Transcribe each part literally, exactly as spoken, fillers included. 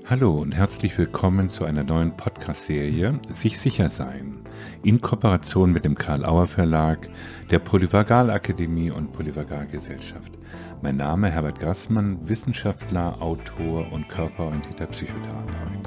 Hallo und herzlich willkommen zu einer neuen Podcast-Serie Sich sicher sein, in Kooperation mit dem Karl-Auer-Verlag, der Polyvagal-Akademie und Polyvagal-Gesellschaft. Mein Name ist Herbert Grassmann, Wissenschaftler, Autor und körperorientierter Psychotherapeut.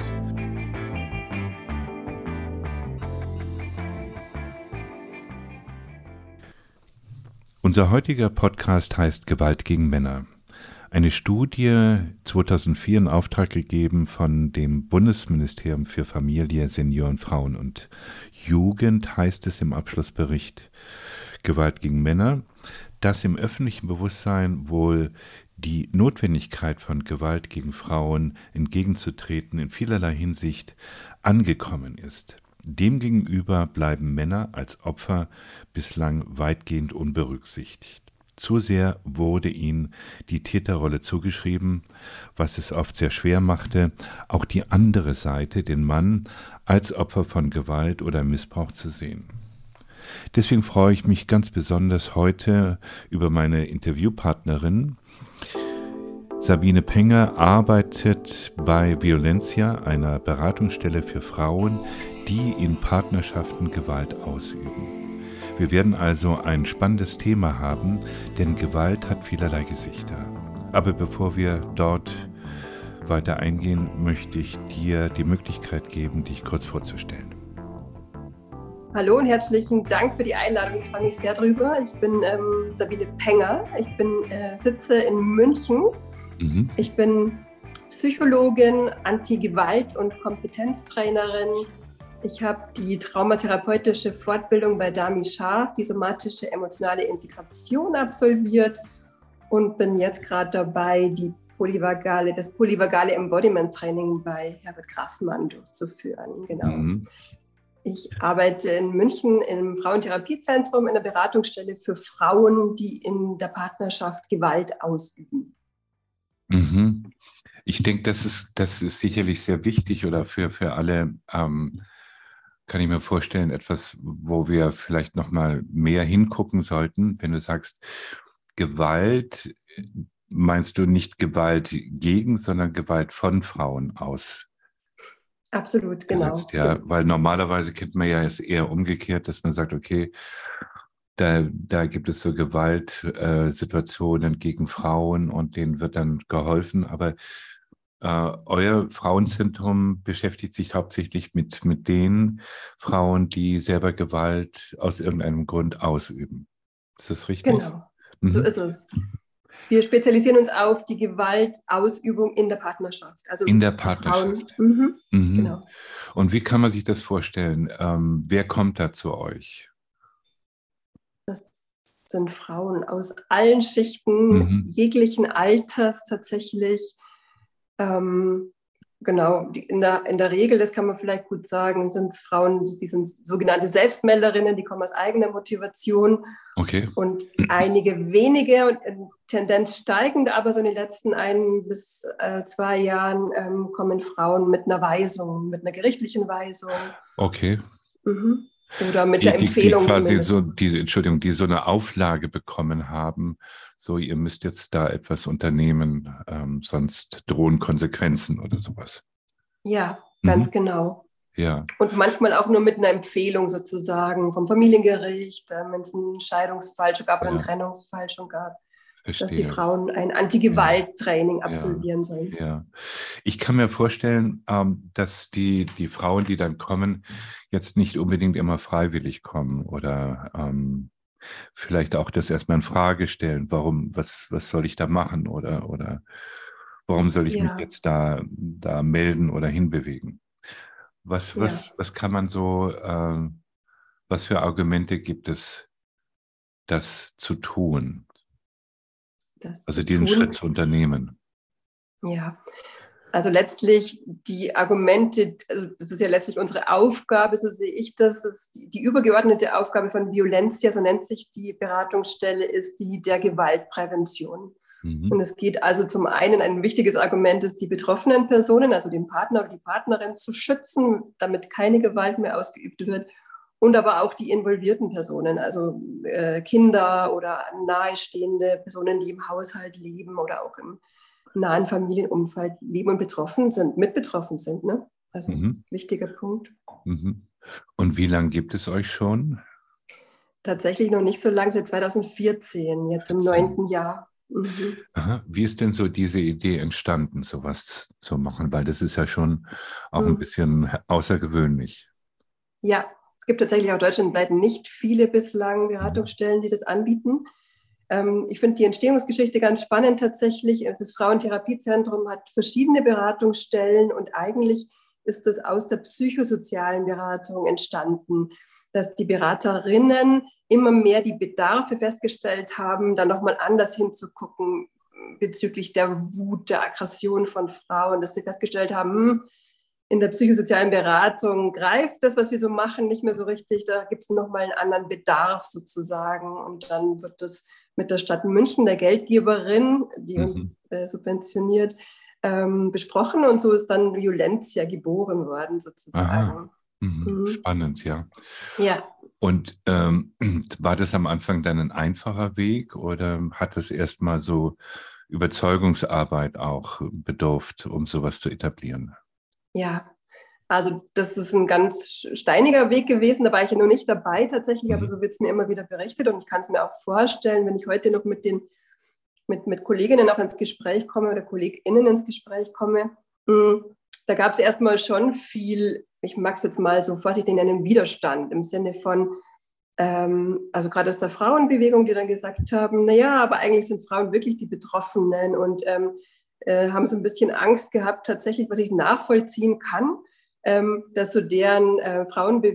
Unser heutiger Podcast heißt Gewalt gegen Männer. Eine Studie zweitausendvier in Auftrag gegeben von dem Bundesministerium für Familie, Senioren, Frauen und Jugend, heißt es im Abschlussbericht Gewalt gegen Männer, dass im öffentlichen Bewusstsein wohl die Notwendigkeit von Gewalt gegen Frauen entgegenzutreten in vielerlei Hinsicht angekommen ist. Demgegenüber bleiben Männer als Opfer bislang weitgehend unberücksichtigt. Zu sehr wurde ihnen die Täterrolle zugeschrieben, was es oft sehr schwer machte, auch die andere Seite, den Mann, als Opfer von Gewalt oder Missbrauch zu sehen. Deswegen freue ich mich ganz besonders heute über meine Interviewpartnerin. Sabine Penger arbeitet bei Violentia, einer Beratungsstelle für Frauen, die in Partnerschaften Gewalt ausüben. Wir werden also ein spannendes Thema haben, denn Gewalt hat vielerlei Gesichter. Aber bevor wir dort weiter eingehen, möchte ich dir die Möglichkeit geben, dich kurz vorzustellen. Hallo und herzlichen Dank für die Einladung. Ich freue mich sehr drüber. Ich bin ähm, Sabine Penger. Ich bin, äh, sitze in München. Mhm. Ich bin Psychologin, Anti-Gewalt- und Kompetenztrainerin. Ich habe die traumatherapeutische Fortbildung bei Dami Scharf, die somatische emotionale Integration, absolviert und bin jetzt gerade dabei, die polyvagale, das polyvagale Embodiment Training bei Herbert Grassmann durchzuführen. Genau. Mhm. Ich arbeite in München im Frauentherapiezentrum in der Beratungsstelle für Frauen, die in der Partnerschaft Gewalt ausüben. Mhm. Ich denke, das ist, das ist sicherlich sehr wichtig oder für, für alle ähm, kann ich mir vorstellen, etwas, wo wir vielleicht noch mal mehr hingucken sollten. Wenn du sagst, Gewalt, meinst du nicht Gewalt gegen, sondern Gewalt von Frauen aus? Absolut, genau. Gesetzt, ja, weil normalerweise kennt man ja es eher umgekehrt, dass man sagt, okay, da, da gibt es so Gewaltsituationen äh, gegen Frauen und denen wird dann geholfen, aber Uh, euer Frauenzentrum beschäftigt sich hauptsächlich mit, mit den Frauen, die selber Gewalt aus irgendeinem Grund ausüben. Ist das richtig? Genau, mhm. So ist es. Wir spezialisieren uns auf die Gewaltausübung in der Partnerschaft. Also in der Partnerschaft. Mhm. Mhm. Genau. Und wie kann man sich das vorstellen? Ähm, wer kommt da zu euch? Das sind Frauen aus allen Schichten, mhm. jeglichen Alters tatsächlich. Ähm, genau, die, in, der, in der Regel, das kann man vielleicht gut sagen, sind es Frauen, die sind sogenannte Selbstmelderinnen, die kommen aus eigener Motivation. Okay. Und einige wenige und in Tendenz steigend, aber so in den letzten ein bis äh, zwei Jahren ähm, kommen Frauen mit einer Weisung, mit einer gerichtlichen Weisung. Okay. Mhm. Oder mit die, der Empfehlung die quasi zumindest. so, die, Entschuldigung, die so eine Auflage bekommen haben, so ihr müsst jetzt da etwas unternehmen, ähm, sonst drohen Konsequenzen oder sowas. Ja, ganz mhm. genau. Ja. Und manchmal auch nur mit einer Empfehlung sozusagen vom Familiengericht, äh, wenn es einen Scheidungsfall schon gab oder ja. einen Trennungsfall schon gab. Verstehe. Dass die Frauen ein Anti-Gewalt-Training ja. absolvieren ja. sollen. Ja, ich kann mir vorstellen, ähm, dass die, die Frauen, die dann kommen, jetzt nicht unbedingt immer freiwillig kommen oder ähm, vielleicht auch das erstmal in Frage stellen, warum, was, was soll ich da machen oder, oder warum soll ich ja. mich jetzt da, da melden oder hinbewegen? Was, was, ja. was kann man so, äh, was für Argumente gibt es, das zu tun? Das also zu diesen tun. Schritt zu unternehmen. Ja, also letztlich die Argumente, also das ist ja letztlich unsere Aufgabe, so sehe ich das, das die, die übergeordnete Aufgabe von Violentia, so nennt sich die Beratungsstelle, ist die der Gewaltprävention. Mhm. Und es geht also zum einen, ein wichtiges Argument ist, die betroffenen Personen, also den Partner oder die Partnerin zu schützen, damit keine Gewalt mehr ausgeübt wird. Und aber auch die involvierten Personen, also äh, Kinder oder nahestehende Personen, die im Haushalt leben oder auch im nahen Familienumfeld leben und betroffen sind, mit betroffen sind. Ne? Also mhm. wichtiger Punkt. Mhm. Und wie lange gibt es euch schon? Tatsächlich noch nicht so lange, seit zweitausendvierzehn, jetzt im neunten Jahr. Mhm. Aha. Wie ist denn so diese Idee entstanden, sowas zu machen? Weil das ist ja schon auch mhm. ein bisschen außergewöhnlich. Ja, es gibt tatsächlich auch deutschlandweit nicht viele bislang Beratungsstellen, die das anbieten. Ähm, ich finde die Entstehungsgeschichte ganz spannend tatsächlich. Das Frauentherapiezentrum hat verschiedene Beratungsstellen und eigentlich ist das aus der psychosozialen Beratung entstanden, dass die Beraterinnen immer mehr die Bedarfe festgestellt haben, dann nochmal anders hinzugucken bezüglich der Wut, der Aggression von Frauen, dass sie festgestellt haben, in der psychosozialen Beratung greift das, was wir so machen, nicht mehr so richtig. Da gibt es nochmal einen anderen Bedarf sozusagen. Und dann wird das mit der Stadt München, der Geldgeberin, die mhm. uns äh, subventioniert, ähm, besprochen. Und so ist dann Violentia geboren worden sozusagen. Mhm. Mhm. Spannend, ja. Ja. Und ähm, war das am Anfang dann ein einfacher Weg oder hat es erstmal so Überzeugungsarbeit auch bedurft, um sowas zu etablieren? Ja, also das ist ein ganz steiniger Weg gewesen, da war ich ja noch nicht dabei tatsächlich, mhm. aber so wird es mir immer wieder berichtet und ich kann es mir auch vorstellen, wenn ich heute noch mit den mit, mit Kolleginnen auch ins Gespräch komme oder KollegInnen ins Gespräch komme, mh, da gab es erstmal schon viel, ich mag es jetzt mal so vorsichtig nennen, Widerstand im Sinne von, ähm, also gerade aus der Frauenbewegung, die dann gesagt haben, naja, aber eigentlich sind Frauen wirklich die Betroffenen und ähm, äh, haben so ein bisschen Angst gehabt, tatsächlich, was ich nachvollziehen kann, ähm, dass so deren äh,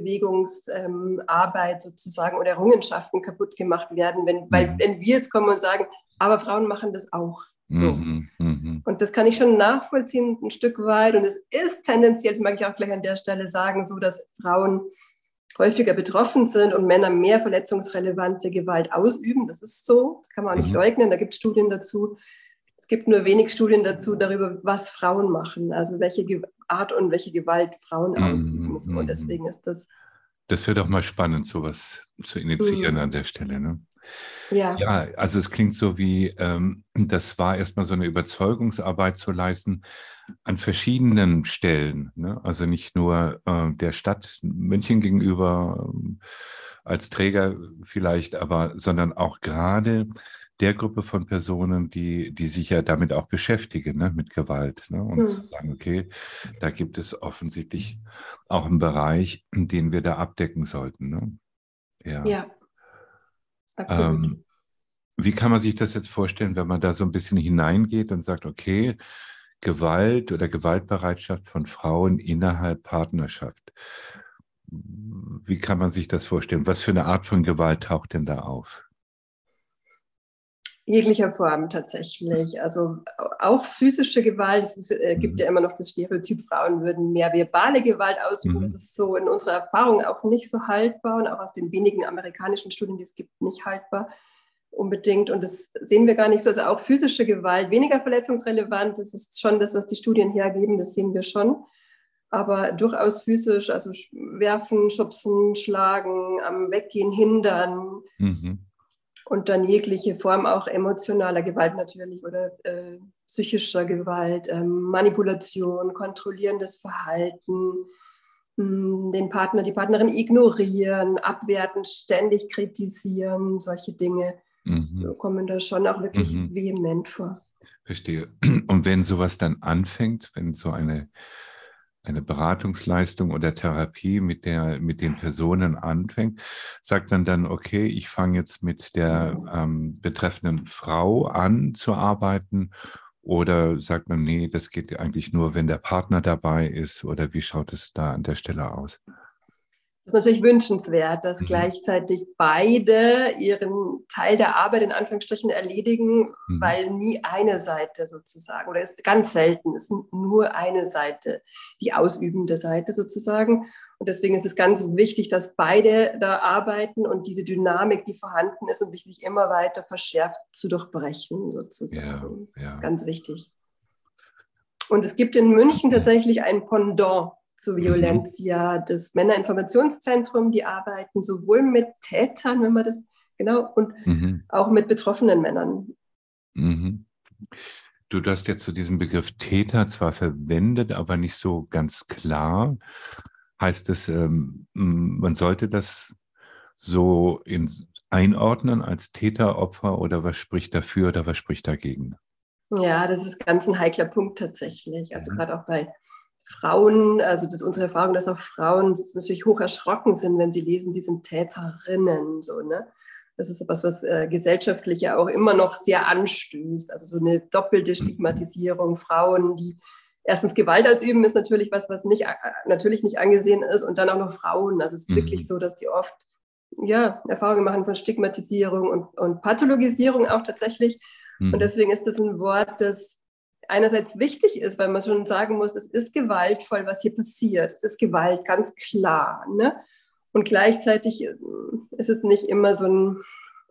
Frauenbewegungsarbeit ähm, sozusagen oder Errungenschaften kaputt gemacht werden, wenn, mhm. weil wenn wir jetzt kommen und sagen, aber Frauen machen das auch. So. Mhm, mh. Und das kann ich schon nachvollziehen ein Stück weit und es ist tendenziell, das mag ich auch gleich an der Stelle sagen, so, dass Frauen häufiger betroffen sind und Männer mehr verletzungsrelevante Gewalt ausüben. Das ist so, das kann man auch nicht mhm. leugnen, da gibt es Studien dazu. Es gibt nur wenig Studien dazu darüber, was Frauen machen, also welche Art und welche Gewalt Frauen mm, ausüben. So. Und deswegen ist das... Das wäre doch mal spannend, sowas zu initiieren mm. an der Stelle. Ne? Ja. Ja, also es klingt so wie, ähm, das war erstmal so eine Überzeugungsarbeit zu leisten an verschiedenen Stellen. Ne? Also nicht nur äh, der Stadt München gegenüber äh, als Träger vielleicht, aber sondern auch gerade der Gruppe von Personen, die, die sich ja damit auch beschäftigen, ne, mit Gewalt. Ne, und hm. zu sagen, okay, da gibt es offensichtlich auch einen Bereich, den wir da abdecken sollten. Ne? Ja. Ja, absolut. Ähm, wie kann man sich das jetzt vorstellen, wenn man da so ein bisschen hineingeht und sagt, okay, Gewalt oder Gewaltbereitschaft von Frauen innerhalb Partnerschaft. Wie kann man sich das vorstellen? Was für eine Art von Gewalt taucht denn da auf? Jeglicher Form tatsächlich. Also auch physische Gewalt. Es äh, gibt mhm. ja immer noch das Stereotyp, Frauen würden mehr verbale Gewalt ausüben. Mhm. Das ist so in unserer Erfahrung auch nicht so haltbar und auch aus den wenigen amerikanischen Studien, die es gibt, nicht haltbar unbedingt. Und das sehen wir gar nicht so. Also auch physische Gewalt, weniger verletzungsrelevant. Das ist schon das, was die Studien hergeben. Das sehen wir schon. Aber durchaus physisch, also werfen, schubsen, schlagen, am Weggehen hindern. Mhm. Und dann jegliche Form auch emotionaler Gewalt natürlich oder äh, psychischer Gewalt, äh, Manipulation, kontrollierendes Verhalten, mh, den Partner, die Partnerin ignorieren, abwerten, ständig kritisieren, solche Dinge mhm. so kommen da schon auch wirklich mhm. vehement vor. Verstehe. Und wenn sowas dann anfängt, wenn so eine eine Beratungsleistung oder Therapie mit der, mit den Personen anfängt, sagt man dann, okay, ich fange jetzt mit der ähm, betreffenden Frau an zu arbeiten oder sagt man, nee, das geht eigentlich nur, wenn der Partner dabei ist oder wie schaut es da an der Stelle aus? Das ist natürlich wünschenswert, dass mhm. gleichzeitig beide ihren Teil der Arbeit in Anführungsstrichen erledigen, mhm. weil nie eine Seite sozusagen, oder ist ganz selten, ist nur eine Seite, die ausübende Seite sozusagen. Und deswegen ist es ganz wichtig, dass beide da arbeiten und diese Dynamik, die vorhanden ist und die sich immer weiter verschärft, zu durchbrechen sozusagen. Ja, ja. Das ist ganz wichtig. Und es gibt in München tatsächlich ein Pendant zu Violentia, mhm. das Männerinformationszentrum, die arbeiten sowohl mit Tätern, wenn man das, genau, und mhm. auch mit betroffenen Männern. Mhm. du hast jetzt zu so diesem Begriff Täter zwar verwendet, aber nicht so ganz klar. Heißt es, ähm, man sollte das so in, einordnen als Täter, Opfer oder was spricht dafür oder was spricht dagegen? Ja, das ist ganz ein heikler Punkt tatsächlich. Also Mhm. gerade auch bei Frauen, also das ist unsere Erfahrung, dass auch Frauen natürlich hoch erschrocken sind, wenn sie lesen, sie sind Täterinnen. So, ne? Das ist etwas, was äh, gesellschaftlich ja auch immer noch sehr anstößt. Also so eine doppelte Stigmatisierung. Frauen, die erstens Gewalt ausüben, ist natürlich was, was nicht, äh, natürlich nicht angesehen ist. Und dann auch noch Frauen. Also es ist mhm. wirklich so, dass die oft ja, Erfahrungen machen von Stigmatisierung und, und Pathologisierung auch tatsächlich. Mhm. Und deswegen ist das ein Wort, das einerseits wichtig ist, weil man schon sagen muss, es ist gewaltvoll, was hier passiert. Es ist Gewalt, ganz klar. Ne? Und gleichzeitig ist es nicht immer so ein,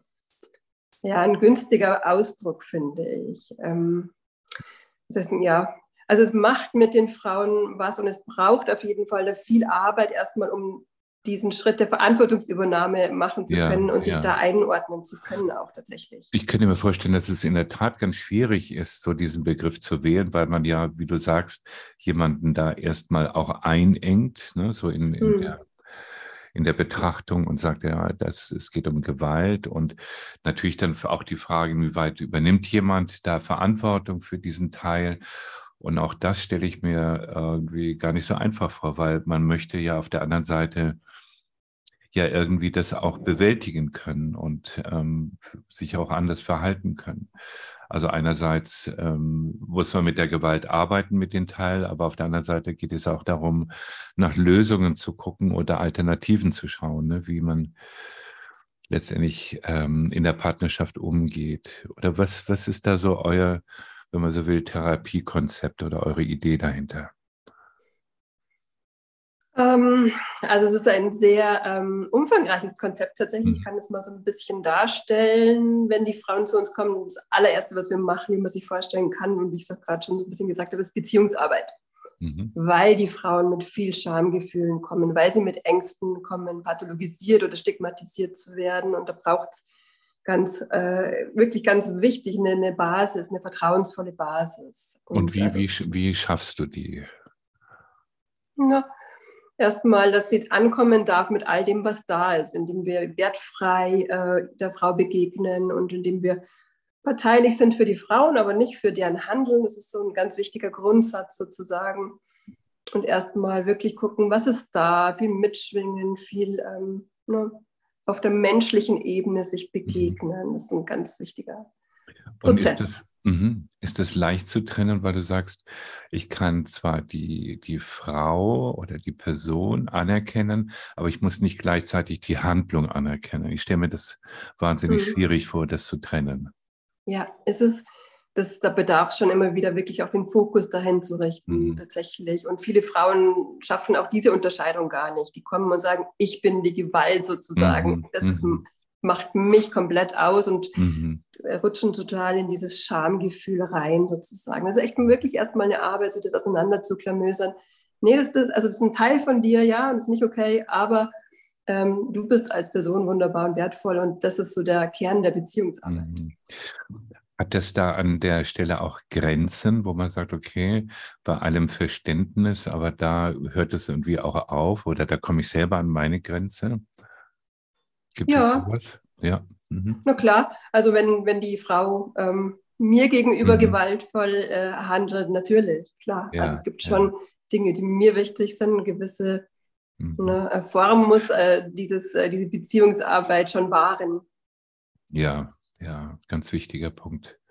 ja, ein günstiger Ausdruck, finde ich. Ähm, das heißt, ja, also es macht mit den Frauen was und es braucht auf jeden Fall viel Arbeit erstmal, um diesen Schritt der Verantwortungsübernahme machen zu können ja, und sich ja. da einordnen zu können auch tatsächlich. Ich könnte mir vorstellen, dass es in der Tat ganz schwierig ist, so diesen Begriff zu wählen, weil man ja, wie du sagst, jemanden da erstmal auch einengt, ne, so in, in, hm. der, in der Betrachtung und sagt, ja, das, es geht um Gewalt und natürlich dann auch die Frage, inwieweit übernimmt jemand da Verantwortung für diesen Teil? Und auch das stelle ich mir irgendwie gar nicht so einfach vor, weil man möchte ja auf der anderen Seite ja irgendwie das auch bewältigen können und ähm, sich auch anders verhalten können. Also einerseits ähm, muss man mit der Gewalt arbeiten, mit den Teilen, aber auf der anderen Seite geht es auch darum, nach Lösungen zu gucken oder Alternativen zu schauen, ne, wie man letztendlich ähm, in der Partnerschaft umgeht. Oder was, was ist da so euer, wenn man so will, Therapiekonzept oder eure Idee dahinter? Ähm, also es ist ein sehr ähm, umfangreiches Konzept. Tatsächlich mhm. kann es mal so ein bisschen darstellen, wenn die Frauen zu uns kommen. Das allererste, was wir machen, wie man sich vorstellen kann, und wie ich es auch gerade schon so ein bisschen gesagt habe, ist Beziehungsarbeit. Mhm. Weil die Frauen mit viel Schamgefühlen kommen, weil sie mit Ängsten kommen, pathologisiert oder stigmatisiert zu werden. Und da braucht es ganz, äh, wirklich ganz wichtig eine, eine Basis, eine vertrauensvolle Basis. Und, und wie, also, wie, wie schaffst du die? Na, erstmal, dass sie ankommen darf mit all dem, was da ist, indem wir wertfrei äh, der Frau begegnen und indem wir parteilich sind für die Frauen, aber nicht für deren Handeln. Das ist so ein ganz wichtiger Grundsatz sozusagen. Und erstmal wirklich gucken, was ist da, viel mitschwingen, viel ähm, ne, auf der menschlichen Ebene sich begegnen. Das ist ein ganz wichtiger Prozess. Und ist das, mh, ist das leicht zu trennen, weil du sagst, ich kann zwar die, die Frau oder die Person anerkennen, aber ich muss nicht gleichzeitig die Handlung anerkennen. Ich stelle mir das wahnsinnig mhm. schwierig vor, das zu trennen. Ja, es ist, das, da bedarf es schon immer wieder wirklich auch den Fokus dahin zu richten, mhm. tatsächlich. Und viele Frauen schaffen auch diese Unterscheidung gar nicht. Die kommen und sagen, ich bin die Gewalt sozusagen. Mhm. Das ist, mhm. macht mich komplett aus und mhm. rutschen total in dieses Schamgefühl rein sozusagen. Das ist echt wirklich erstmal eine Arbeit, so das auseinander zu klamösern. Nee, das, das, also das ist ein Teil von dir, ja, und das ist nicht okay, aber ähm, du bist als Person wunderbar und wertvoll und das ist so der Kern der Beziehungsarbeit. Mhm. Hat das da an der Stelle auch Grenzen, wo man sagt, okay, bei allem Verständnis, aber da hört es irgendwie auch auf oder da komme ich selber an meine Grenze? Gibt ja. es sowas? Ja. Mhm. Na klar, also wenn, wenn die Frau ähm, mir gegenüber mhm. gewaltvoll äh, handelt, natürlich, klar. Ja, also es gibt schon ja. Dinge, die mir wichtig sind, gewisse mhm. ne, Form muss äh, dieses, äh, diese Beziehungsarbeit schon wahren. Ja, ja, ganz wichtiger Punkt.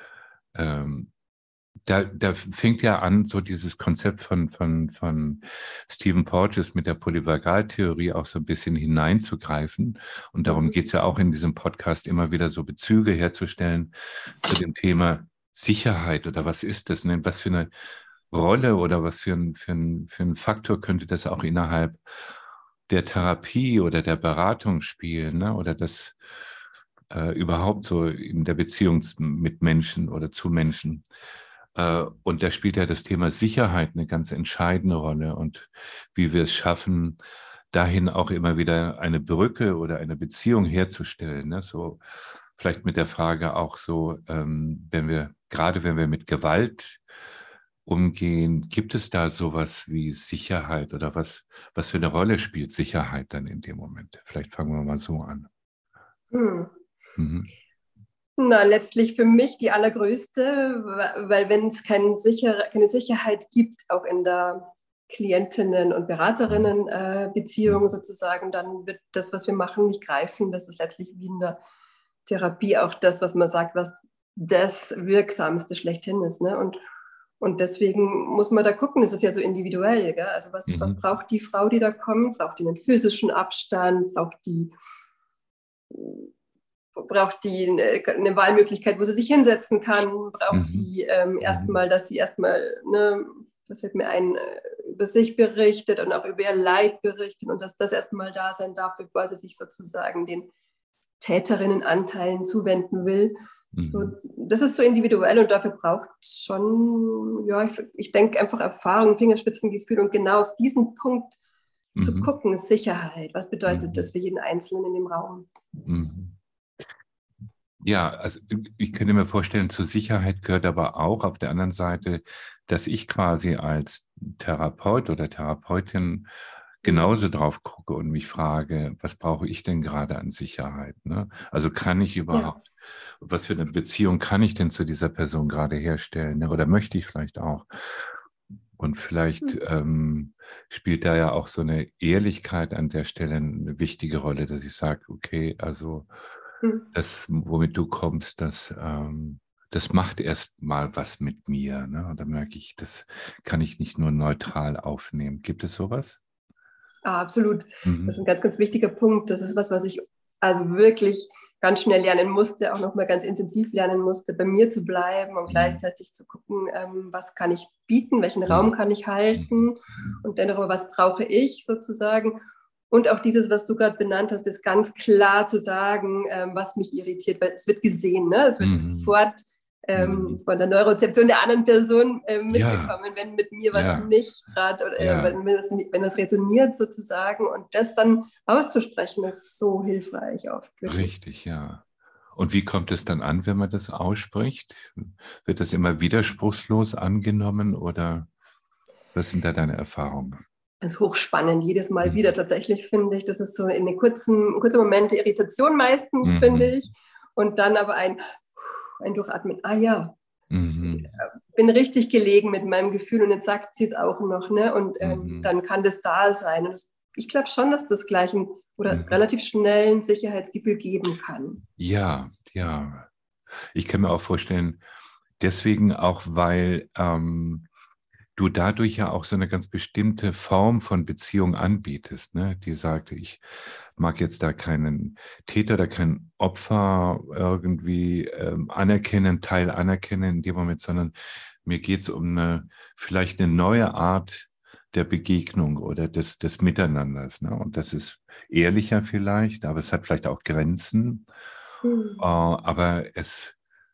Ähm, da, da fängt ja an, so dieses Konzept von, von, von Stephen Porges mit der Polyvagaltheorie auch so ein bisschen hineinzugreifen. Und darum geht es ja auch in diesem Podcast immer wieder so Bezüge herzustellen zu dem Thema Sicherheit oder was ist das? Ne? Was für eine Rolle oder was für ein, für ein, für ein Faktor könnte das auch innerhalb der Therapie oder der Beratung spielen, ne? Oder das äh, überhaupt so in der Beziehung mit Menschen oder zu Menschen. Äh, und da spielt ja das Thema Sicherheit eine ganz entscheidende Rolle und wie wir es schaffen, dahin auch immer wieder eine Brücke oder eine Beziehung herzustellen. Ne? So vielleicht mit der Frage auch so, ähm, wenn wir gerade wenn wir mit Gewalt umgehen, gibt es da sowas wie Sicherheit oder was, was für eine Rolle spielt Sicherheit dann in dem Moment? Vielleicht fangen wir mal so an. Hm. Mhm. Na, letztlich für mich die allergrößte, weil wenn es keine, sicher, keine Sicherheit gibt, auch in der Klientinnen- und Beraterinnen-Beziehung Mhm. sozusagen, dann wird das, was wir machen, nicht greifen. Das ist letztlich wie in der Therapie auch das, was man sagt, was das Wirksamste schlechthin ist. Ne? Und, und deswegen muss man da gucken, es ist ja so individuell. Gell? Also was, was Mhm. braucht die Frau, die da kommt? Braucht die einen physischen Abstand? Braucht die braucht die eine, eine Wahlmöglichkeit, wo sie sich hinsetzen kann, braucht Mhm. die ähm, Mhm. erstmal, dass sie erstmal, ne, das wird mir ein, äh, über sich berichtet und auch über ihr Leid berichtet und dass das erstmal da sein darf, bevor sie sich sozusagen den Täterinnenanteilen zuwenden will. So, Mhm. das ist so individuell und dafür braucht es schon, ja, ich, ich denke einfach Erfahrung, Fingerspitzengefühl und genau auf diesen Punkt zu Mhm. gucken, Sicherheit. Was bedeutet das Mhm. für jeden Einzelnen in dem Raum? Mhm. Ja, also ich könnte mir vorstellen, zur Sicherheit gehört aber auch auf der anderen Seite, dass ich quasi als Therapeut oder Therapeutin genauso drauf gucke und mich frage, was brauche ich denn gerade an Sicherheit? Ne? Also kann ich Ja. überhaupt, was für eine Beziehung kann ich denn zu dieser Person gerade herstellen? Ne? Oder möchte ich vielleicht auch? Und vielleicht ähm, spielt da ja auch so eine Ehrlichkeit an der Stelle eine wichtige Rolle, dass ich sage, okay, also Mhm. das, womit du kommst, das, ähm, das macht erst mal was mit mir. Ne? Und da merke ich, das kann ich nicht nur neutral aufnehmen. Gibt es sowas? Ah, absolut. Das ist ein Mhm. ganz, ganz wichtiger Punkt. Das ist was, was ich also wirklich ganz schnell lernen musste, auch nochmal ganz intensiv lernen musste, bei mir zu bleiben und Mhm. gleichzeitig zu gucken, ähm, was kann ich bieten, welchen Mhm. Raum kann ich Mhm. halten und dann darüber, was brauche ich sozusagen. Und auch dieses, was du gerade benannt hast, ist ganz klar zu sagen, ähm, was mich irritiert, weil es wird gesehen, ne? Es wird Mhm. sofort ähm, Mhm. von der Neurozeption der anderen Person äh, Ja, mitbekommen, wenn mit mir was ja, nicht gerade oder äh, ja, wenn, wenn, das, wenn das resoniert sozusagen und das dann auszusprechen, ist so hilfreich oft, wirklich. richtig, ja. Und wie kommt es dann an, wenn man das ausspricht? Wird das immer widerspruchslos angenommen oder was sind da deine Erfahrungen? Das ist hochspannend, jedes Mal wieder Mhm. tatsächlich, finde ich. Das ist so in den kurzen, kurzen Momente Irritation meistens, finde Mhm. ich. Und dann aber ein, ein Durchatmen. Ah ja, Mhm. bin richtig gelegen mit meinem Gefühl und jetzt sagt sie es auch noch, ne? Und ähm, Mhm. dann kann das da sein. Und das, ich glaube schon, dass das gleich ein oder Mhm. relativ schnell ein Sicherheitsgefühl geben kann. Ja, ja. Ich kann mir auch vorstellen, deswegen auch, weil ähm, du dadurch ja auch so eine ganz bestimmte Form von Beziehung anbietest, ne? Die sagt, ich mag jetzt da keinen Täter oder kein Opfer irgendwie ähm, anerkennen, Teil anerkennen in dem Moment, sondern mir geht es um eine, vielleicht eine neue Art der Begegnung oder des, des Miteinanders. Ne? Und das ist ehrlicher vielleicht, aber es hat vielleicht auch Grenzen. Äh, Hm. aber es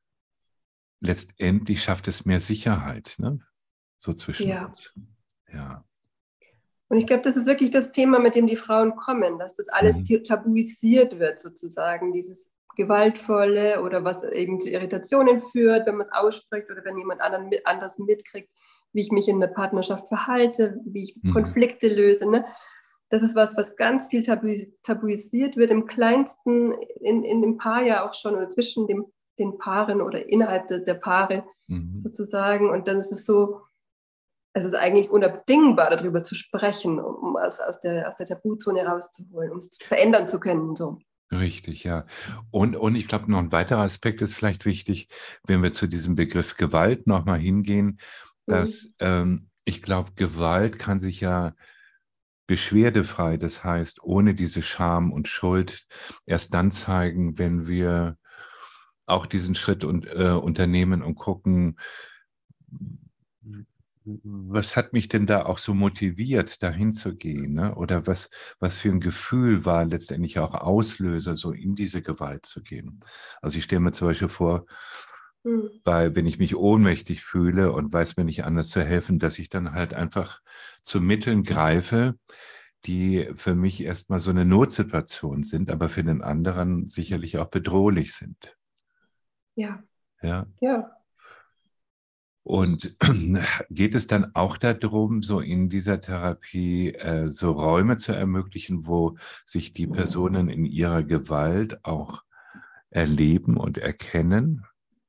letztendlich schafft es mehr Sicherheit, ne? So zwischen Ja. uns. Ja. Und ich glaube, das ist wirklich das Thema, mit dem die Frauen kommen, dass das alles Mhm. tabuisiert wird, sozusagen, dieses Gewaltvolle oder was eben zu Irritationen führt, wenn man es ausspricht oder wenn jemand anderen mit, anders mitkriegt, wie ich mich in der Partnerschaft verhalte, wie ich Mhm. Konflikte löse. Ne? Das ist was, was ganz viel tabuis tabuisiert wird, im kleinsten, in, in dem Paar ja auch schon oder zwischen dem, den Paaren oder innerhalb der, der Paare Mhm. sozusagen. Und dann ist es so, es ist eigentlich unabdingbar, darüber zu sprechen, um aus, aus, der, aus der Tabuzone rauszuholen, um es verändern zu können. So. Richtig, ja. Und, und ich glaube, noch ein weiterer Aspekt ist vielleicht wichtig, wenn wir zu diesem Begriff Gewalt nochmal hingehen, dass Mhm. ähm, ich glaube, Gewalt kann sich ja beschwerdefrei, das heißt, ohne diese Scham und Schuld erst dann zeigen, wenn wir auch diesen Schritt und, äh, unternehmen und gucken, was hat mich denn da auch so motiviert, dahin zu gehen, ne? Oder was, was für ein Gefühl war letztendlich auch Auslöser, so in diese Gewalt zu gehen? Also ich stelle mir zum Beispiel vor, Mhm. bei, wenn ich mich ohnmächtig fühle und weiß mir nicht anders zu helfen, dass ich dann halt einfach zu Mitteln greife, die für mich erstmal so eine Notsituation sind, aber für den anderen sicherlich auch bedrohlich sind. Ja, Ja. ja. Und geht es dann auch darum, so in dieser Therapie äh, so Räume zu ermöglichen, wo sich die Personen in ihrer Gewalt auch erleben und erkennen?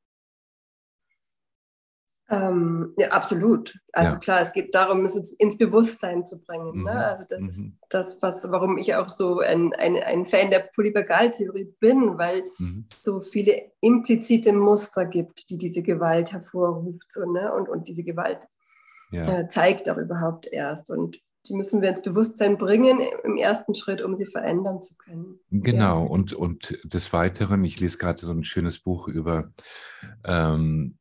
Ähm, ja, absolut. Also Ja. klar, es geht darum, es ins Bewusstsein zu bringen. Mhm. Ne? Also das Mhm. ist das, was, warum ich auch so ein, ein, ein Fan der Polyvagaltheorie bin, weil Mhm. es so viele implizite Muster gibt, die diese Gewalt hervorruft. So, ne? und, und diese Gewalt Ja. äh, zeigt auch überhaupt erst. Und die müssen wir ins Bewusstsein bringen im ersten Schritt, um sie verändern zu können. Genau. Ja. Und, und des Weiteren, ich lese gerade so ein schönes Buch über ähm,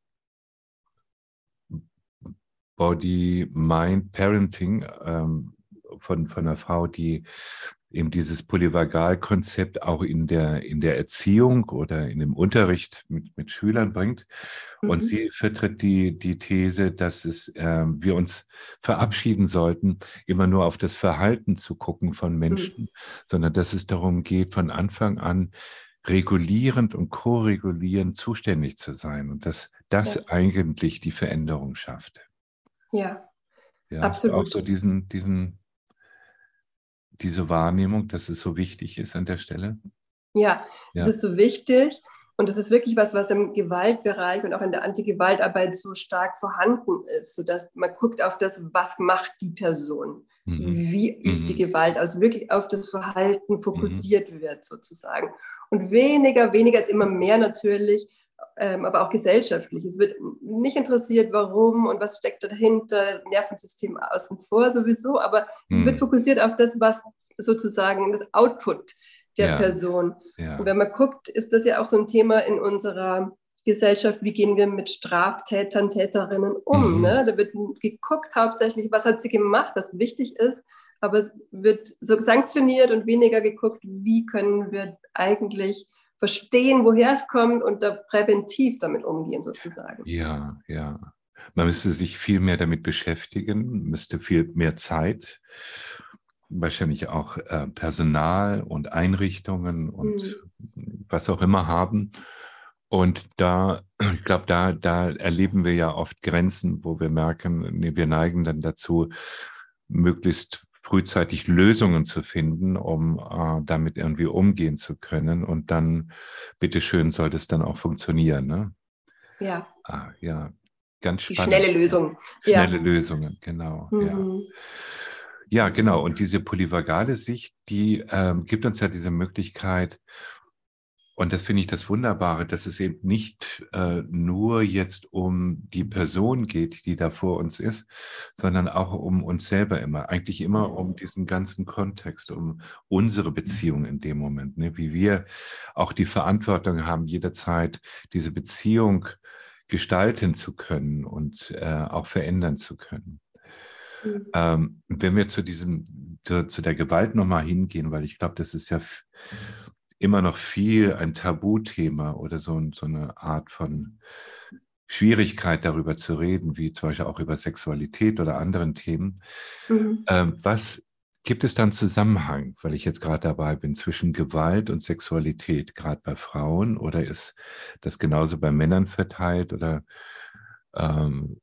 Body, Mind, Parenting ähm, von, von einer Frau, die eben dieses Polyvagalkonzept auch in der, in der Erziehung oder in dem Unterricht mit, mit Schülern bringt. Und Mhm. sie vertritt die, die These, dass es, äh, wir uns verabschieden sollten, immer nur auf das Verhalten zu gucken von Menschen, mhm. sondern dass es darum geht, von Anfang an regulierend und ko-regulierend zuständig zu sein und dass das ja. eigentlich die Veränderung schafft. Ja, ja, absolut. hast du auch so diesen, diesen, diese Wahrnehmung, dass es so wichtig ist an der Stelle? Ja, ja. es ist so wichtig und es ist wirklich was, was im Gewaltbereich und auch in der Antigewaltarbeit so stark vorhanden ist, sodass man guckt auf das, was macht die Person, mhm. wie übt mhm. die Gewalt aus, wirklich auf das Verhalten fokussiert mhm. wird sozusagen. Und weniger, weniger ist immer mehr natürlich, ähm, aber auch gesellschaftlich. Es wird nicht interessiert, warum und was steckt dahinter, Nervensystem außen vor sowieso, aber mhm. es wird fokussiert auf das, was sozusagen das Output der ja. Person. Ja. Und wenn man guckt, ist das ja auch so ein Thema in unserer Gesellschaft, wie gehen wir mit Straftätern, Täterinnen um? Mhm. Ne? Da wird geguckt hauptsächlich, was hat sie gemacht, was wichtig ist, aber es wird so sanktioniert und weniger geguckt, wie können wir eigentlich verstehen, woher es kommt und da präventiv damit umgehen sozusagen. Ja, ja. Man müsste sich viel mehr damit beschäftigen, müsste viel mehr Zeit, wahrscheinlich auch äh, Personal und Einrichtungen und mhm. was auch immer haben. Und da, ich glaube, da, da erleben wir ja oft Grenzen, wo wir merken, nee, wir neigen dann dazu, möglichst frühzeitig Lösungen zu finden, um äh, damit irgendwie umgehen zu können. Und dann, bitteschön, sollte es dann auch funktionieren. Ne? Ja. Ah, ja, ganz Die spannend. Schnelle Lösung. Schnelle ja. Lösungen, genau. Mhm. Ja. Ja, genau. Und diese polyvagale Sicht, die ähm, gibt uns ja diese Möglichkeit, und das finde ich das Wunderbare, dass es eben nicht äh, nur jetzt um die Person geht, die da vor uns ist, sondern auch um uns selber immer. Eigentlich immer um diesen ganzen Kontext, um unsere Beziehung in dem Moment, ne? Wie wir auch die Verantwortung haben, jederzeit diese Beziehung gestalten zu können und äh, auch verändern zu können. Mhm. Ähm, wenn wir zu diesem, zu, zu der Gewalt nochmal hingehen, weil ich glaube, das ist ja immer noch viel ein Tabuthema oder so, so eine Art von Schwierigkeit darüber zu reden, wie zum Beispiel auch über Sexualität oder anderen Themen. Mhm. Ähm, was gibt es dann Zusammenhang, weil ich jetzt gerade dabei bin, zwischen Gewalt und Sexualität, gerade bei Frauen, oder ist das genauso bei Männern verteilt oder ähm,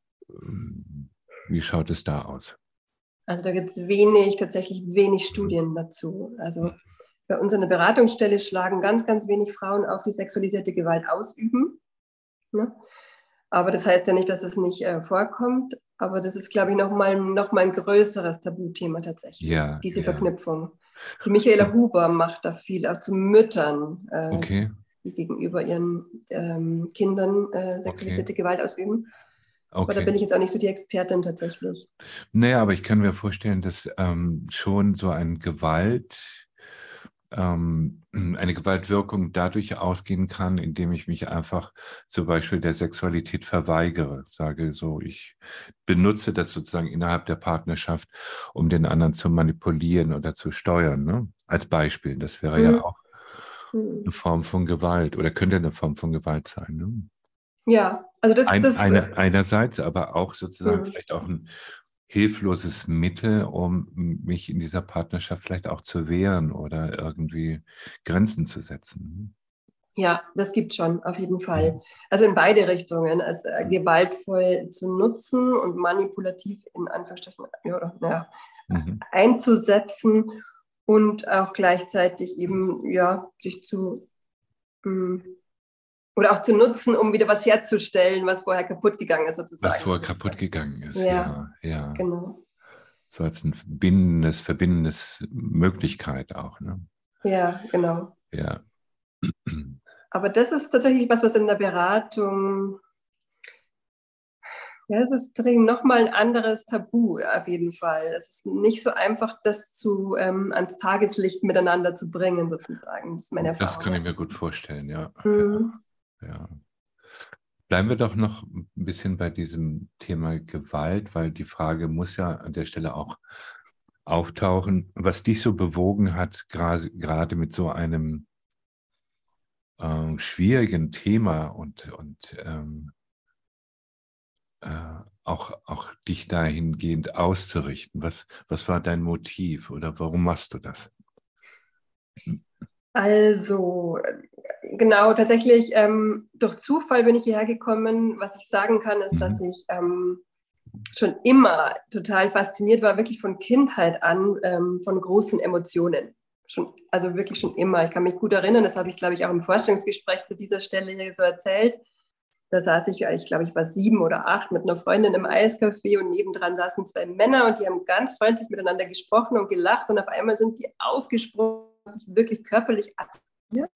wie schaut es da aus? Also da gibt es wenig, tatsächlich wenig Studien dazu. Also bei uns in der Beratungsstelle schlagen ganz, ganz wenig Frauen auf, die sexualisierte Gewalt ausüben. Ne? Aber das heißt ja nicht, dass es nicht äh, vorkommt. Aber das ist, glaube ich, nochmal noch mal ein größeres Tabuthema tatsächlich, ja, diese ja. Verknüpfung. Die Michaela Huber macht da viel, auch zu Müttern, äh, okay. die gegenüber ihren ähm, Kindern äh, sexualisierte okay. Gewalt ausüben. Okay. Aber da bin ich jetzt auch nicht so die Expertin tatsächlich. Naja, aber ich kann mir vorstellen, dass ähm, schon so ein Gewalt, ähm, eine Gewaltwirkung dadurch ausgehen kann, indem ich mich einfach zum Beispiel der Sexualität verweigere. Sage so, ich benutze das sozusagen innerhalb der Partnerschaft, um den anderen zu manipulieren oder zu steuern. Ne? Als Beispiel, das wäre mhm. ja auch eine Form von Gewalt oder könnte eine Form von Gewalt sein. Ne? Ja, also das, ein, das eine, einerseits, aber auch sozusagen Mhm. vielleicht auch ein hilfloses Mittel, um mich in dieser Partnerschaft vielleicht auch zu wehren oder irgendwie Grenzen zu setzen. Ja, das gibt schon, auf jeden Fall. Also in beide Richtungen, als äh, gewaltvoll zu nutzen und manipulativ in Anführungsstrichen ja, ja, mhm. einzusetzen und auch gleichzeitig eben, ja, sich zu, mh, oder auch zu nutzen, um wieder was herzustellen, was vorher kaputt gegangen ist, sozusagen. Was vorher kaputt gegangen ist, ja. ja, ja. Genau. So als ein bindendes, verbindendes Möglichkeit auch, ne? Ja, genau. Ja. Aber das ist tatsächlich was, was in der Beratung, ja, es ist tatsächlich nochmal ein anderes Tabu auf jeden Fall. Es ist nicht so einfach, das zu, ähm, ans Tageslicht miteinander zu bringen, sozusagen. Das ist meine Erfahrung. Das kann ich mir gut vorstellen, ja. Mhm. ja, ja. Bleiben wir doch noch ein bisschen bei diesem Thema Gewalt, weil die Frage muss ja an der Stelle auch auftauchen, was dich so bewogen hat, gerade mit so einem äh, schwierigen Thema und, und ähm, äh, auch, auch dich dahingehend auszurichten. Was, was war dein Motiv oder warum machst du das? Also, genau, tatsächlich ähm, durch Zufall bin ich hierher gekommen. Was ich sagen kann, ist, mhm. dass ich ähm, schon immer total fasziniert war, wirklich von Kindheit an, ähm, von großen Emotionen. Schon, also wirklich schon immer. Ich kann mich gut erinnern, das habe ich, glaube ich, auch im Vorstellungsgespräch zu dieser Stelle hier so erzählt. Da saß ich, ich glaube, ich war sieben oder acht mit einer Freundin im Eiscafé und nebendran saßen zwei Männer und die haben ganz freundlich miteinander gesprochen und gelacht und auf einmal sind die aufgesprungen, sich wirklich körperlich attackiert,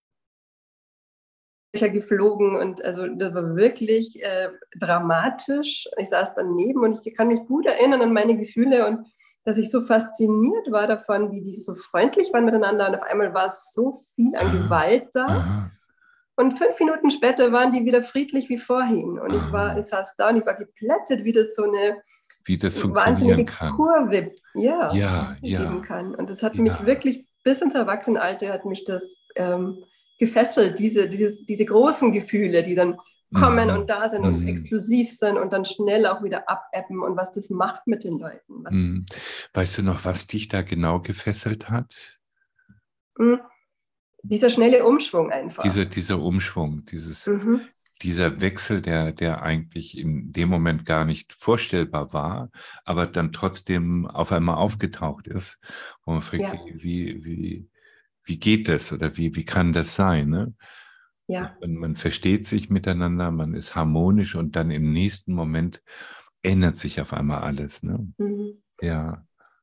geflogen und also das war wirklich äh, dramatisch. Ich saß daneben und ich kann mich gut erinnern an meine Gefühle und dass ich so fasziniert war davon, wie die so freundlich waren miteinander und auf einmal war es so viel an Gewalt da. Aha. Und fünf Minuten später waren die wieder friedlich wie vorhin. Und ich war, ich saß da und ich war geplättet, wie das so eine wie das wahnsinnige kann. Kurve ja, ja, ja. geben kann. Und das hat ja. mich wirklich bis ins Erwachsenenalter hat mich das ähm, gefesselt, diese, dieses, diese großen Gefühle, die dann kommen mhm. und da sind und mhm. explosiv sind und dann schnell auch wieder abebben und was das macht mit den Leuten. Was mhm. Weißt du noch, was dich da genau gefesselt hat? Mhm. Dieser schnelle Umschwung einfach. Diese, dieser Umschwung, dieses, mhm. dieser Wechsel, der, der eigentlich in dem Moment gar nicht vorstellbar war, aber dann trotzdem auf einmal aufgetaucht ist. Wo man fragt, ja. wie, wie, wie geht das oder wie, wie kann das sein? Ne? Ja. Und man versteht sich miteinander, man ist harmonisch und dann im nächsten Moment ändert sich auf einmal alles. Ne? Mhm. Ja.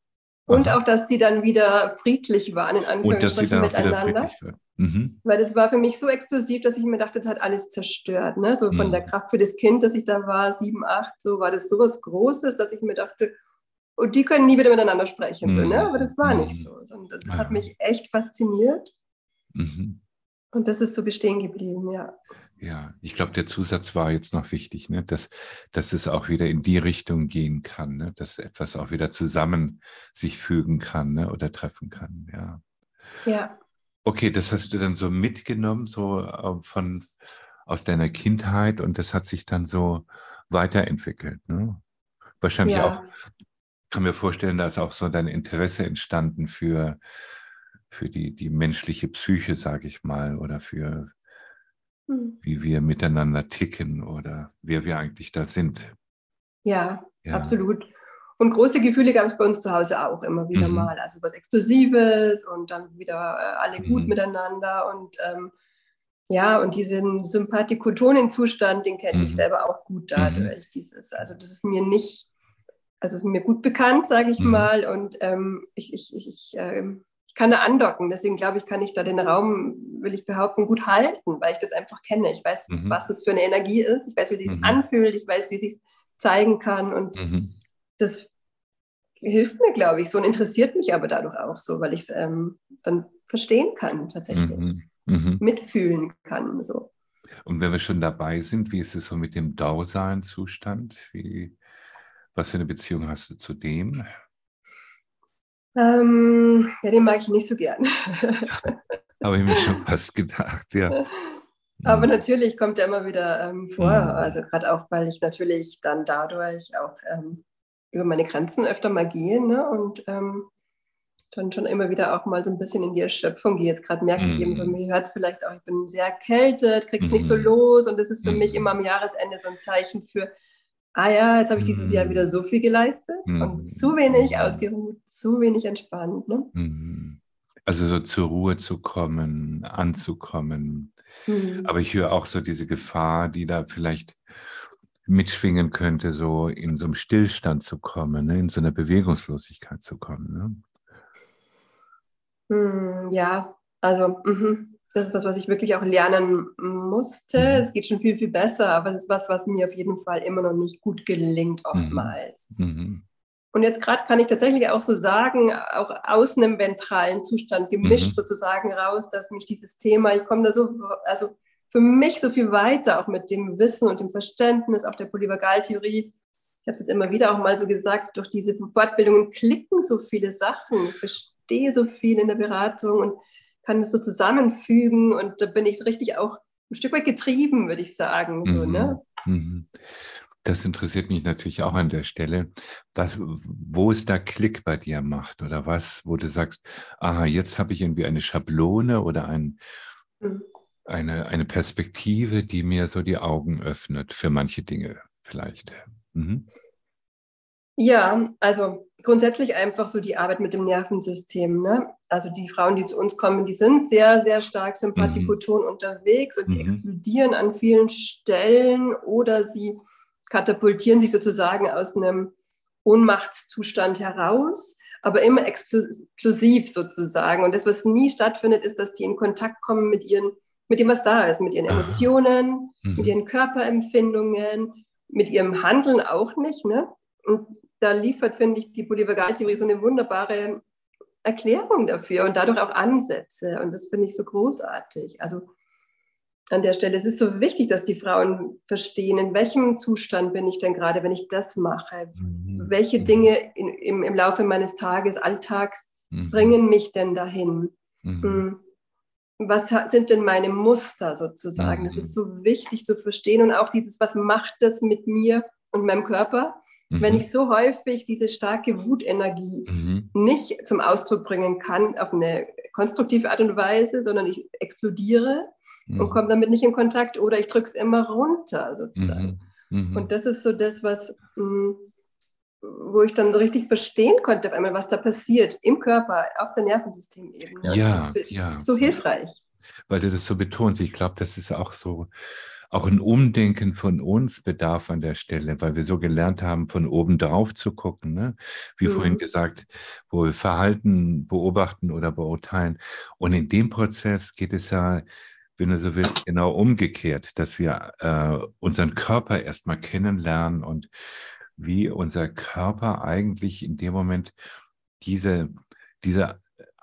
Und Aha. auch, dass die dann wieder friedlich waren, in Anführungsstrichen und dass sie dann miteinander. Auch wieder friedlich waren. Mhm. Weil das war für mich so explosiv, dass ich mir dachte, das hat alles zerstört. Ne? So von mhm. der Kraft für das Kind, dass ich da war, sieben, acht, so war das sowas Großes, dass ich mir dachte, und die können nie wieder miteinander sprechen. Mhm. So, ne? Aber das war mhm. nicht so. Und das hat mich echt fasziniert. Mhm. Und das ist so bestehen geblieben, ja. Ja, ich glaube, der Zusatz war jetzt noch wichtig, ne? dass, dass es auch wieder in die Richtung gehen kann, ne? Dass etwas auch wieder zusammen sich fügen kann, ne? Oder treffen kann. Ja. Ja. Okay, das hast du dann so mitgenommen, so von aus deiner Kindheit und das hat sich dann so weiterentwickelt. Ne? Wahrscheinlich ja. auch, kann mir vorstellen, da ist auch so dein Interesse entstanden für, für die, die menschliche Psyche, sage ich mal, oder für wie wir miteinander ticken oder wer wir eigentlich da sind. Ja, ja. absolut. Und große Gefühle gab es bei uns zu Hause auch immer wieder mhm. mal. Also was Explosives und dann wieder äh, alle mhm. gut miteinander. Und ähm, ja, und diesen Sympathikotonen-Zustand, den kenne mhm. ich selber auch gut dadurch. Mhm. Dieses, also das ist mir nicht, also ist mir gut bekannt, sage ich mhm. mal. Und ähm, ich, ich, ich, ich ähm, Ich kann da andocken, deswegen glaube ich, kann ich da den Raum, will ich behaupten, gut halten, weil ich das einfach kenne. Ich weiß, mhm. was das für eine Energie ist, ich weiß, wie es sich mhm. anfühlt, ich weiß, wie es sich zeigen kann und mhm. das hilft mir, glaube ich, so und interessiert mich aber dadurch auch so, weil ich es ähm, dann verstehen kann tatsächlich, mhm. Mhm. mitfühlen kann. So. Und wenn wir schon dabei sind, wie ist es so mit dem Dasein-Zustand? Wie, was für eine Beziehung hast du zu dem? Ähm, ja, den mag ich nicht so gern. Habe ich mir schon fast gedacht, ja. Aber natürlich kommt er immer wieder ähm, vor, mhm. also gerade auch, weil ich natürlich dann dadurch auch ähm, über meine Grenzen öfter mal gehe, ne? Und ähm, dann schon immer wieder auch mal so ein bisschen in die Erschöpfung gehe. Jetzt gerade merke ich eben so, mir hört es vielleicht auch, ich bin sehr erkältet, krieg's nicht so los und das ist für mich immer am Jahresende so ein Zeichen für, ah ja, jetzt habe ich dieses Jahr wieder so viel geleistet und zu wenig ausgeruht, zu wenig entspannt. Ne? Also so zur Ruhe zu kommen, anzukommen. Mhm. Aber ich höre auch so diese Gefahr, die da vielleicht mitschwingen könnte, so in so einem Stillstand zu kommen, ne? In so einer Bewegungslosigkeit zu kommen. Ne? Hm, ja, also mh. das ist was, was ich wirklich auch lernen musste. Mhm. Es geht schon viel, viel besser, aber es ist was, was mir auf jeden Fall immer noch nicht gut gelingt, oftmals. Mhm. Und jetzt gerade kann ich tatsächlich auch so sagen, auch aus einem ventralen Zustand gemischt mhm. sozusagen raus, dass mich dieses Thema, ich komme da so, also für mich so viel weiter, auch mit dem Wissen und dem Verständnis, auch der Polyvagaltheorie. Ich habe es jetzt immer wieder auch mal so gesagt, durch diese Fortbildungen klicken so viele Sachen. Ich verstehe so viel in der Beratung und kann das so zusammenfügen. Und da bin ich so richtig auch ein Stück weit getrieben, würde ich sagen. So, mhm. ne? Mhm. Das interessiert mich natürlich auch an der Stelle, was, wo es da Klick bei dir macht oder was, wo du sagst, aha, jetzt habe ich irgendwie eine Schablone oder ein, mhm. eine, eine Perspektive, die mir so die Augen öffnet für manche Dinge vielleicht. Mhm. Ja, also grundsätzlich einfach so die Arbeit mit dem Nervensystem. Ne? Also die Frauen, die zu uns kommen, die sind sehr, sehr stark sympathikoton mhm. unterwegs und die mhm. explodieren an vielen Stellen oder sie katapultieren sich sozusagen aus einem Ohnmachtszustand heraus, aber immer explosiv sozusagen. Und das, was nie stattfindet, ist, dass die in Kontakt kommen mit ihren, mit dem, was da ist, mit ihren Emotionen, mhm. mit ihren Körperempfindungen, mit ihrem Handeln auch nicht, ne? Und da liefert, finde ich, die Polyvagaltheorie so eine wunderbare Erklärung dafür und dadurch auch Ansätze. Und das finde ich so großartig. Also an der Stelle, es ist so wichtig, dass die Frauen verstehen, in welchem Zustand bin ich denn gerade, wenn ich das mache. Mhm. Welche Dinge in, im, im Laufe meines Tages, Alltags mhm. bringen mich denn dahin? Mhm. Was sind denn meine Muster sozusagen? Mhm. Das ist so wichtig zu verstehen und auch dieses, was macht das mit mir und meinem Körper, mhm. wenn ich so häufig diese starke Wutenergie mhm. nicht zum Ausdruck bringen kann auf eine konstruktive Art und Weise, sondern ich explodiere mhm. und komme damit nicht in Kontakt oder ich drücke es immer runter sozusagen. Mhm. Mhm. Und das ist so das, was, mh, wo ich dann richtig verstehen konnte auf einmal, was da passiert im Körper, auf der Nervensystemebene. Ja, das ist ja. so hilfreich. Weil du das so betonst. Ich glaube, das ist auch so, auch ein Umdenken von uns bedarf an der Stelle, weil wir so gelernt haben, von oben drauf zu gucken, ne? Wie mhm. vorhin gesagt, wo wir Verhalten beobachten oder beurteilen. Und in dem Prozess geht es ja, wenn du so willst, genau umgekehrt, dass wir äh, unseren Körper erstmal kennenlernen und wie unser Körper eigentlich in dem Moment diese, diese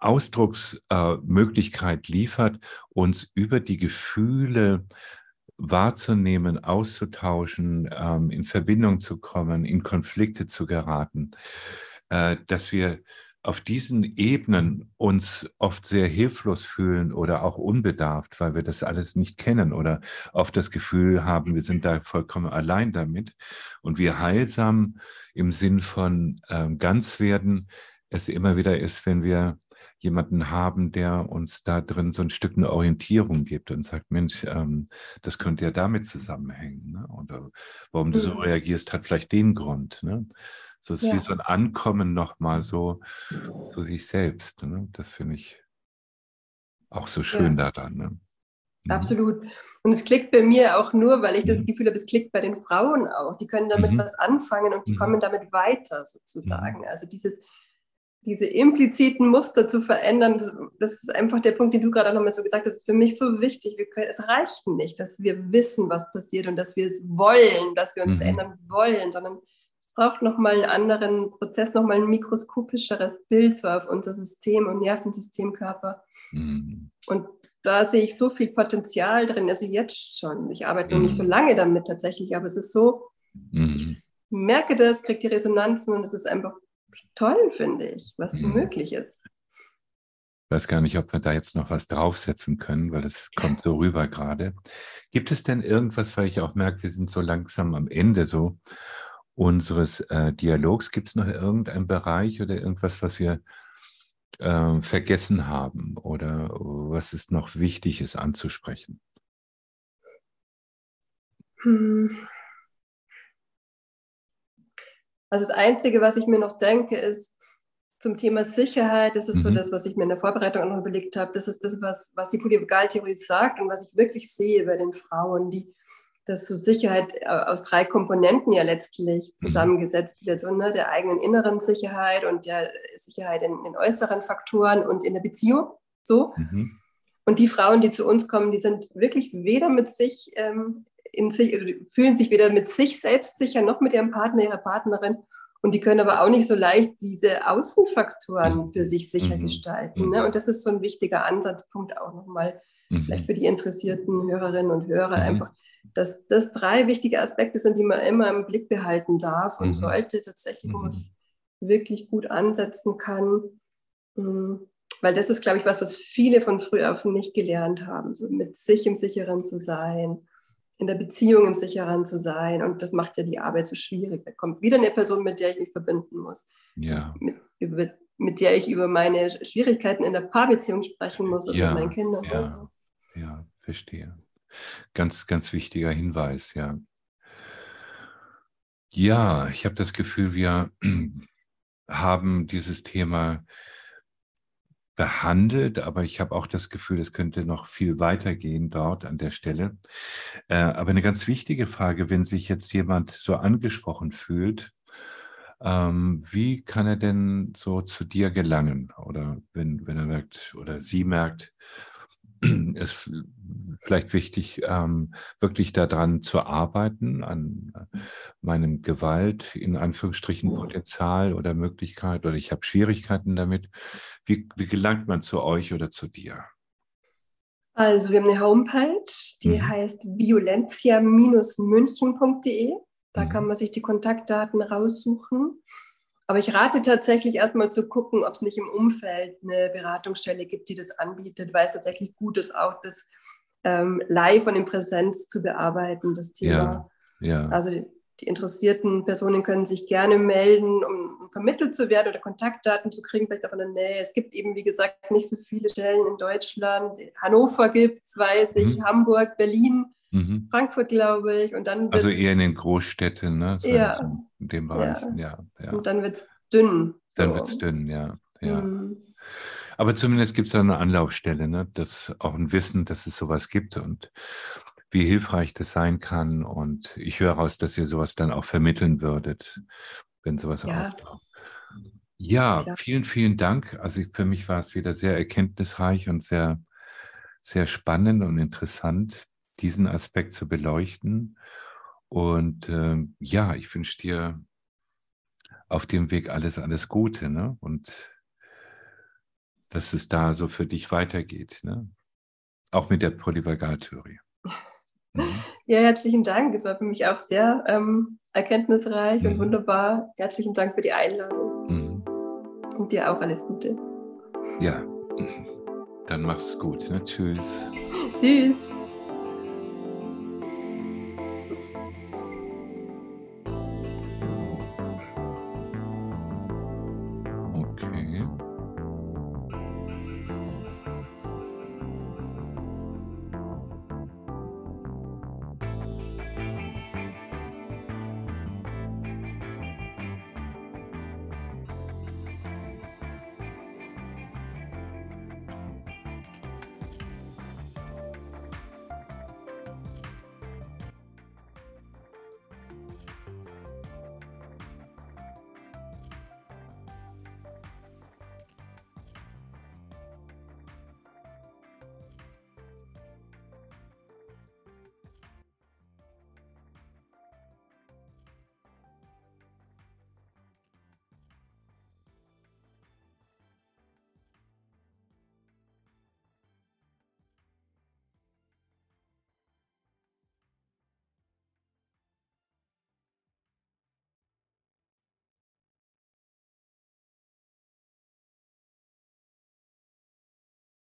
Ausdrucksmöglichkeit äh, liefert, uns über die Gefühle wahrzunehmen, auszutauschen, ähm, in Verbindung zu kommen, in Konflikte zu geraten, äh, dass wir auf diesen Ebenen uns oft sehr hilflos fühlen oder auch unbedarft, weil wir das alles nicht kennen oder oft das Gefühl haben, wir sind da vollkommen allein damit. Und wie heilsam im Sinn von ähm, ganz werden es immer wieder ist, wenn wir jemanden haben, der uns da drin so ein Stück eine Orientierung gibt und sagt, Mensch, ähm, das könnte ja damit zusammenhängen. Ne? Oder warum du so mhm. reagierst, hat vielleicht den Grund. Ne? So ist ja. wie so ein Ankommen nochmal so zu sich selbst. Ne? Das finde ich auch so schön ja. daran. Ne? Mhm. Absolut. Und es klickt bei mir auch nur, weil ich mhm. das Gefühl habe, es klickt bei den Frauen auch. Die können damit mhm. was anfangen und die mhm. kommen damit weiter sozusagen. Mhm. Also dieses diese impliziten Muster zu verändern, das, das ist einfach der Punkt, den du gerade auch nochmal so gesagt hast, ist für mich so wichtig. Wir können, es reicht nicht, dass wir wissen, was passiert und dass wir es wollen, dass wir uns mhm. verändern wollen, sondern es braucht nochmal einen anderen Prozess, nochmal ein mikroskopischeres Bild so auf unser System und Nervensystem, Körper. Mhm. Und da sehe ich so viel Potenzial drin, also jetzt schon. Ich arbeite mhm. noch nicht so lange damit tatsächlich, aber es ist so, mhm. ich merke das, kriege die Resonanzen und es ist einfach toll, finde ich, was hm. möglich ist. Ich weiß gar nicht, ob wir da jetzt noch was draufsetzen können, weil das kommt so rüber gerade. Gibt es denn irgendwas, weil ich auch merke, wir sind so langsam am Ende so unseres äh, Dialogs, gibt es noch irgendeinen Bereich oder irgendwas, was wir äh, vergessen haben oder was ist noch wichtig ist anzusprechen? Hm. Also das Einzige, was ich mir noch denke, ist zum Thema Sicherheit, das ist mhm. so das, was ich mir in der Vorbereitung auch noch überlegt habe, das ist das, was, was die Polyvagaltheorie sagt und was ich wirklich sehe bei den Frauen, die, dass so Sicherheit aus drei Komponenten ja letztlich zusammengesetzt wird, so, ne, der eigenen inneren Sicherheit und der Sicherheit in, in äußeren Faktoren und in der Beziehung, so. Mhm. Und die Frauen, die zu uns kommen, die sind wirklich weder mit sich ähm, in sich, also fühlen sich weder mit sich selbst sicher noch mit ihrem Partner, ihrer Partnerin. Und die können aber auch nicht so leicht diese Außenfaktoren für sich sicher mhm. gestalten. Mhm. Ne? Und das ist so ein wichtiger Ansatzpunkt auch nochmal, mhm. vielleicht für die interessierten Hörerinnen und Hörer, mhm. einfach, dass das drei wichtige Aspekte sind, die man immer im Blick behalten darf und mhm. sollte tatsächlich, wo man mhm. wirklich gut ansetzen kann. Weil das ist, glaube ich, was, was viele von früh auf nicht gelernt haben, so mit sich im Sicheren zu sein, in der Beziehung im Sicheren zu sein. Und das macht ja die Arbeit so schwierig. Da kommt wieder eine Person, mit der ich mich verbinden muss, ja. mit, über, mit der ich über meine Schwierigkeiten in der Paarbeziehung sprechen muss und ja. mit meinen Kindern. Ja. So. Ja, verstehe. Ganz, ganz wichtiger Hinweis, ja. Ja, ich habe das Gefühl, wir haben dieses Thema behandelt, aber ich habe auch das Gefühl, es könnte noch viel weiter gehen dort an der Stelle. Äh, aber eine ganz wichtige Frage, wenn sich jetzt jemand so angesprochen fühlt, ähm, wie kann er denn so zu dir gelangen? Oder wenn, wenn er merkt oder sie merkt, es ist vielleicht wichtig, ähm, wirklich daran zu arbeiten, an meinem Gewalt, in Anführungsstrichen, Potenzial oder Möglichkeit, oder ich habe Schwierigkeiten damit. Wie, wie gelangt man zu euch oder zu dir? Also wir haben eine Homepage, die mhm. heißt violentia München punkt de. Da mhm. kann man sich die Kontaktdaten raussuchen. Aber ich rate tatsächlich erstmal zu gucken, ob es nicht im Umfeld eine Beratungsstelle gibt, die das anbietet, weil es tatsächlich gut ist, auch das ähm, live und in Präsenz zu bearbeiten, das Thema. Ja, ja. Also die, die interessierten Personen können sich gerne melden, um vermittelt zu werden oder Kontaktdaten zu kriegen, vielleicht auch in der Nähe. Es gibt eben, wie gesagt, nicht so viele Stellen in Deutschland. Hannover gibt es, weiß ich, mhm. Hamburg, Berlin. Mhm. Frankfurt, glaube ich. Und dann also eher in den Großstädten, ne? So ja, in dem Bereich. Ja. Ja, ja. Und dann wird es dünn. So. Dann wird es dünn, ja. ja. Mhm. Aber zumindest gibt es da eine Anlaufstelle, ne? Das auch ein Wissen, dass es sowas gibt und wie hilfreich das sein kann. Und ich höre raus, dass ihr sowas dann auch vermitteln würdet, wenn sowas ja. auftaucht. Ja, ja, vielen, vielen Dank. Also für mich war es wieder sehr erkenntnisreich und sehr, sehr spannend und interessant, diesen Aspekt zu beleuchten. Und äh, ja, ich wünsche dir auf dem Weg alles, alles Gute, ne? Und dass es da so für dich weitergeht, ne? Auch mit der Polyvagaltheorie. Mhm. Ja, herzlichen Dank. Es war für mich auch sehr ähm, erkenntnisreich mhm. und wunderbar. Herzlichen Dank für die Einladung. Mhm. Und dir auch alles Gute. Ja, dann mach's gut. Ne? Tschüss. Tschüss.